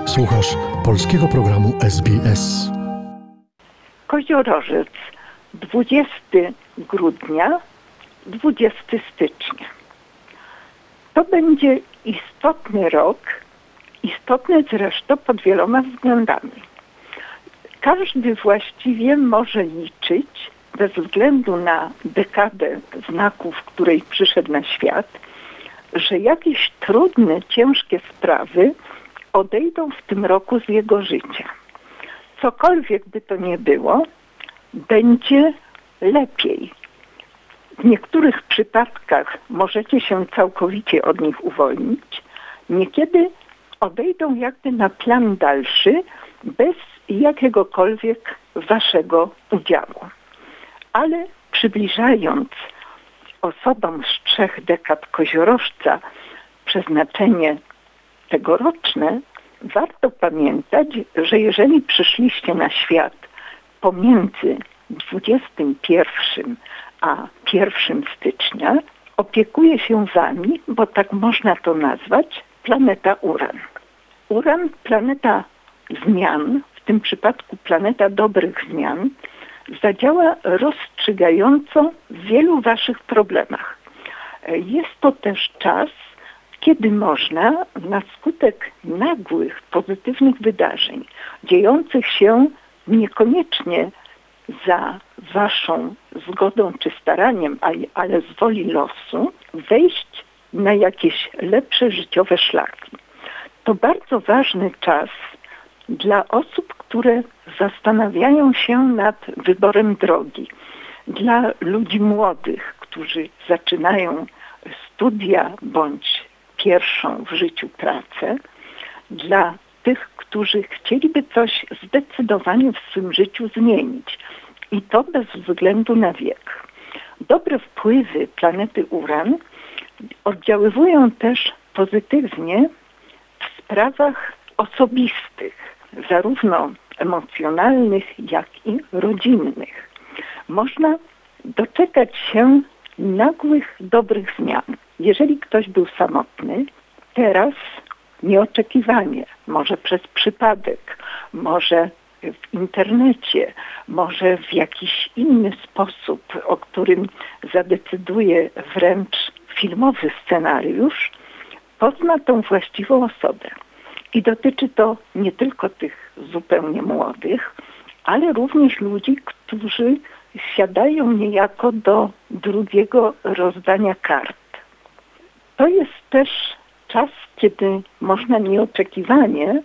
Słuchasz polskiego programu SBS. Koziorożec, 20 grudnia, 20 stycznia. To będzie istotny rok, istotny zresztą pod wieloma względami. Każdy właściwie może liczyć, bez względu na dekadę znaku, w której przyszedł na świat, że jakieś trudne, ciężkie sprawy odejdą w tym roku z jego życia. Cokolwiek by to nie było, będzie lepiej. W niektórych przypadkach możecie się całkowicie od nich uwolnić. Niekiedy odejdą jakby na plan dalszy, bez jakiegokolwiek waszego udziału. Ale przybliżając osobom z 3 dekad koziorożca przeznaczenie tegoroczne, warto pamiętać, że jeżeli przyszliście na świat pomiędzy 21 a 1 stycznia, opiekuje się wami, bo tak można to nazwać, planeta Uran. Uran, planeta zmian, w tym przypadku planeta dobrych zmian, zadziała rozstrzygająco w wielu waszych problemach. Jest to też czas, kiedy można na skutek nagłych, pozytywnych wydarzeń, dziejących się niekoniecznie za waszą zgodą czy staraniem, ale z woli losu, wejść na jakieś lepsze życiowe szlaki. To bardzo ważny czas dla osób, które zastanawiają się nad wyborem drogi. Dla ludzi młodych, którzy zaczynają studia bądź pierwszą w życiu pracę, dla tych, którzy chcieliby coś zdecydowanie w swym życiu zmienić. I to bez względu na wiek. Dobre wpływy planety Uran oddziaływują też pozytywnie w sprawach osobistych, zarówno emocjonalnych, jak i rodzinnych. Można doczekać się nagłych, dobrych zmian. Jeżeli ktoś był samotny, teraz nieoczekiwanie, może przez przypadek, może w internecie, może w jakiś inny sposób, o którym zadecyduje wręcz filmowy scenariusz, pozna tą właściwą osobę. I dotyczy to nie tylko tych zupełnie młodych, ale również ludzi, którzy siadają niejako do drugiego rozdania kart. To jest też czas, kiedy można nieoczekiwanie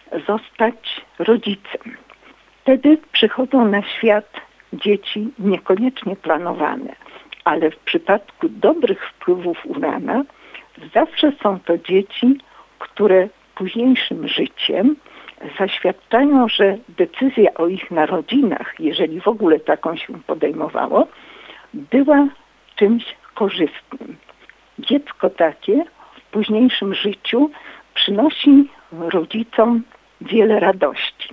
zostać rodzicem. Wtedy przychodzą na świat dzieci niekoniecznie planowane, ale w przypadku dobrych wpływów Urana zawsze są to dzieci, które późniejszym życiem zaświadczają, że decyzja o ich narodzinach, jeżeli w ogóle taką się podejmowało, była czymś korzystnym. Dziecko takie w późniejszym życiu przynosi rodzicom wiele radości.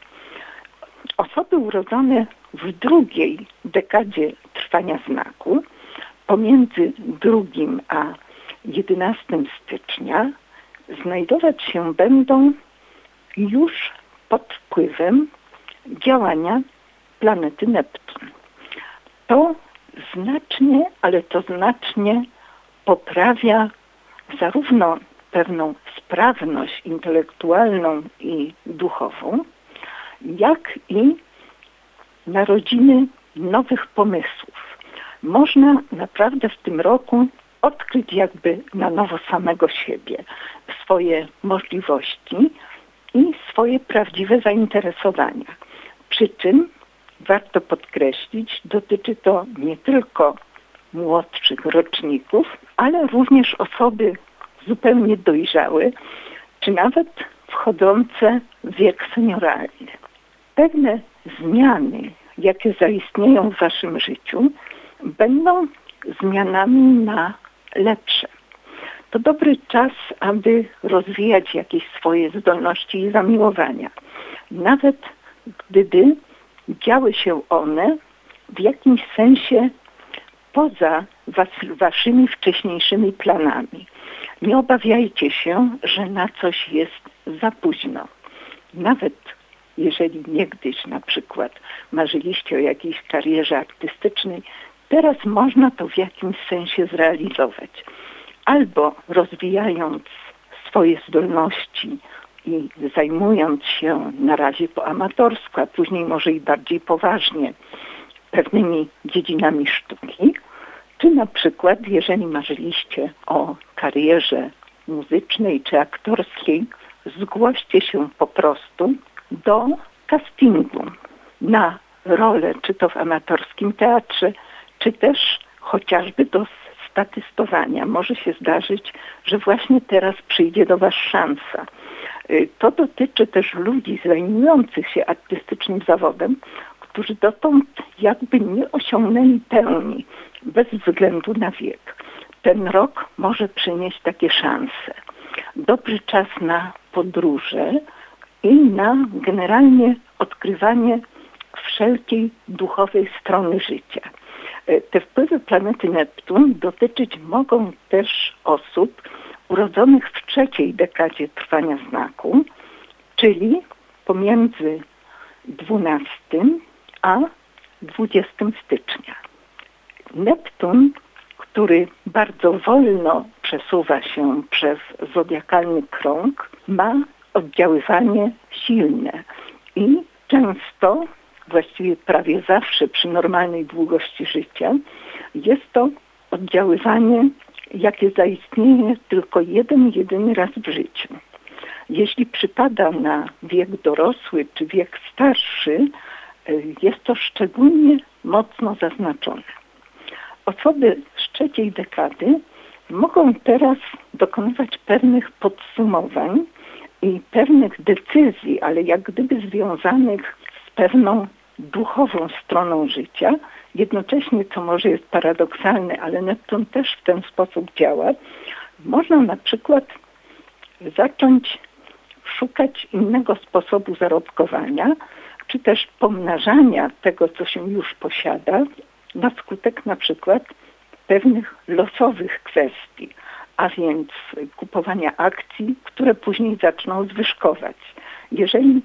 Osoby urodzone w 2 dekadzie trwania znaku, pomiędzy 2 a 11 stycznia, znajdować się będą już pod wpływem działania planety Neptun. To znacznie, ale to znacznie poprawia zarówno pewną sprawność intelektualną i duchową, jak i narodziny nowych pomysłów. Można naprawdę w tym roku odkryć jakby na nowo samego siebie, swoje możliwości i swoje prawdziwe zainteresowania. Przy czym warto podkreślić, dotyczy to nie tylko młodszych roczników, ale również osoby zupełnie dojrzałe, czy nawet wchodzące w wiek senioralny. Pewne zmiany, jakie zaistnieją w waszym życiu, będą zmianami na lepsze. To dobry czas, aby rozwijać jakieś swoje zdolności i zamiłowania. Nawet gdyby działy się one w jakimś sensie poza waszymi wcześniejszymi planami. Nie obawiajcie się, że na coś jest za późno. nawet jeżeli niegdyś na przykład marzyliście o jakiejś karierze artystycznej, teraz można to w jakimś sensie zrealizować. Albo rozwijając swoje zdolności i zajmując się na razie po amatorsku, a później może i bardziej poważnie pewnymi dziedzinami sztuki, czy na przykład jeżeli marzyliście o karierze muzycznej czy aktorskiej, zgłoście się po prostu do castingu na rolę, czy to w amatorskim teatrze, czy też chociażby do statystowania. Może się zdarzyć, że właśnie teraz przyjdzie do Was szansa. To dotyczy też ludzi zajmujących się artystycznym zawodem, którzy dotąd jakby nie osiągnęli pełni, bez względu na wiek. Ten rok może przynieść takie szanse. Dobry czas na podróże i na generalnie odkrywanie wszelkiej duchowej strony życia. Te wpływy planety Neptun dotyczyć mogą też osób urodzonych w trzeciej dekadzie trwania znaku, czyli pomiędzy 12 a 20 stycznia. Neptun, który bardzo wolno przesuwa się przez zodiakalny krąg, ma oddziaływanie silne i często, właściwie prawie zawsze przy normalnej długości życia, jest to oddziaływanie, jakie zaistnieje tylko jedyny raz w życiu. Jeśli przypada na wiek dorosły czy wiek starszy, jest to szczególnie mocno zaznaczone. Osoby z trzeciej dekady mogą teraz dokonywać pewnych podsumowań i pewnych decyzji, ale jak gdyby związanych z pewną duchową stroną życia. Jednocześnie, co może jest paradoksalne, ale Neptun też w ten sposób działa, można na przykład zacząć szukać innego sposobu zarobkowania, czy też pomnażania tego, co się już posiada, na skutek na przykład pewnych losowych kwestii, a więc kupowania akcji, które później zaczną zwyżkować. Jeżeli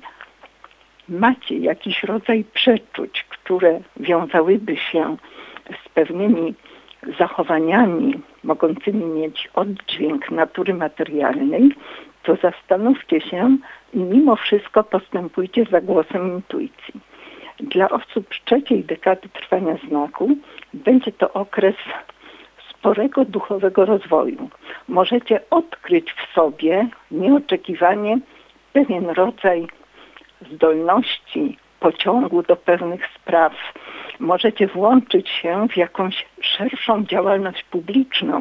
macie jakiś rodzaj przeczuć, które wiązałyby się z pewnymi zachowaniami mogącymi mieć oddźwięk natury materialnej, to zastanówcie się i mimo wszystko postępujcie za głosem intuicji. Dla osób z trzeciej dekady trwania znaku będzie to okres sporego duchowego rozwoju. Możecie odkryć w sobie nieoczekiwanie pewien rodzaj zdolności, pociągu do pewnych spraw. Możecie włączyć się w jakąś szerszą działalność publiczną,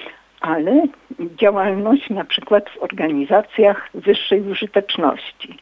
ale działalność na przykład w organizacjach wyższej użyteczności.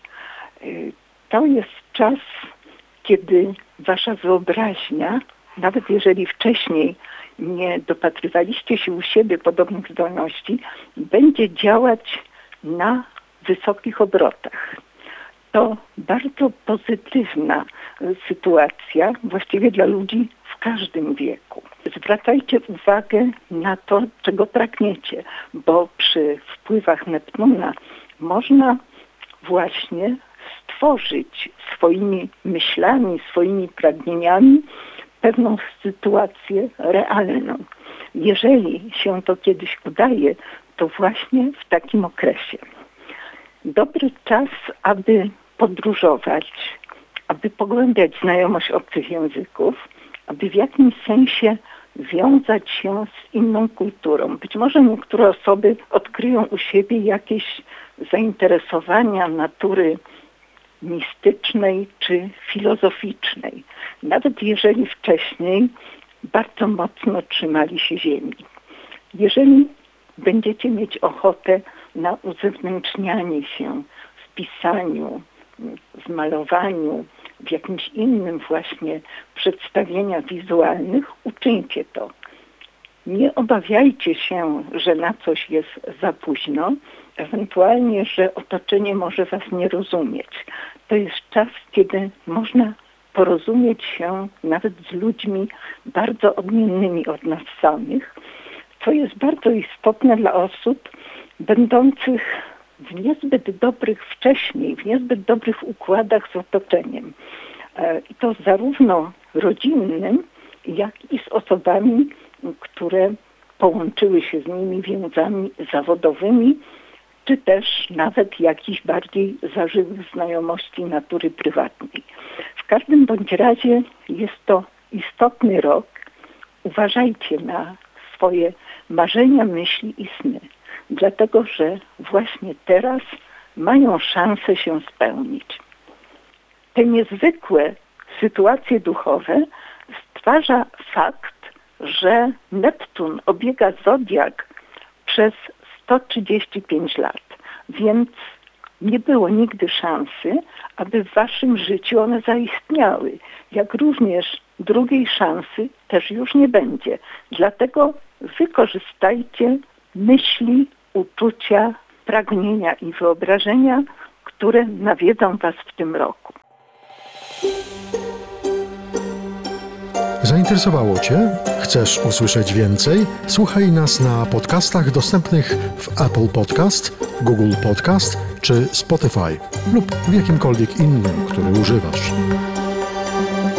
To jest czas, kiedy wasza wyobraźnia, nawet jeżeli wcześniej nie dopatrywaliście się u siebie podobnych zdolności, będzie działać na wysokich obrotach. To bardzo pozytywna sytuacja, właściwie dla ludzi w każdym wieku. Zwracajcie uwagę na to, czego pragniecie, bo przy wpływach Neptuna można właśnie stworzyć swoimi myślami, swoimi pragnieniami pewną sytuację realną. Jeżeli się to kiedyś udaje, to właśnie w takim okresie. Dobry czas, aby podróżować, aby pogłębiać znajomość obcych języków, aby w jakimś sensie wiązać się z inną kulturą. Być może niektóre osoby odkryją u siebie jakieś zainteresowania natury mistycznej czy filozoficznej, nawet jeżeli wcześniej bardzo mocno trzymali się ziemi. Jeżeli będziecie mieć ochotę na uzewnętrznianie się w pisaniu, w malowaniu, w jakimś innym właśnie przedstawieniach wizualnych, uczyńcie to. Nie obawiajcie się, że na coś jest za późno, ewentualnie, że otoczenie może was nie rozumieć. To jest czas, kiedy można porozumieć się nawet z ludźmi bardzo odmiennymi od nas samych, co jest bardzo istotne dla osób będących w niezbyt dobrych wcześniej, w niezbyt dobrych układach z otoczeniem. I to zarówno rodzinnym, jak i z osobami, które połączyły się z nimi więzami zawodowymi, czy też nawet jakichś bardziej zażyłych znajomości natury prywatnej. W każdym bądź razie jest to istotny rok. Uważajcie na swoje marzenia, myśli i sny, dlatego że właśnie teraz mają szansę się spełnić. Te niezwykłe sytuacje duchowe stwarza fakt, że Neptun obiega zodiak przez 135 lat, więc nie było nigdy szansy, aby w waszym życiu one zaistniały. Jak również drugiej szansy też już nie będzie. Dlatego wykorzystajcie myśli, uczucia, pragnienia i wyobrażenia, które nawiedzą was w tym roku. Zainteresowało Cię? Chcesz usłyszeć więcej? Słuchaj nas na podcastach dostępnych w Apple Podcast, Google Podcast czy Spotify lub w jakimkolwiek innym, który używasz.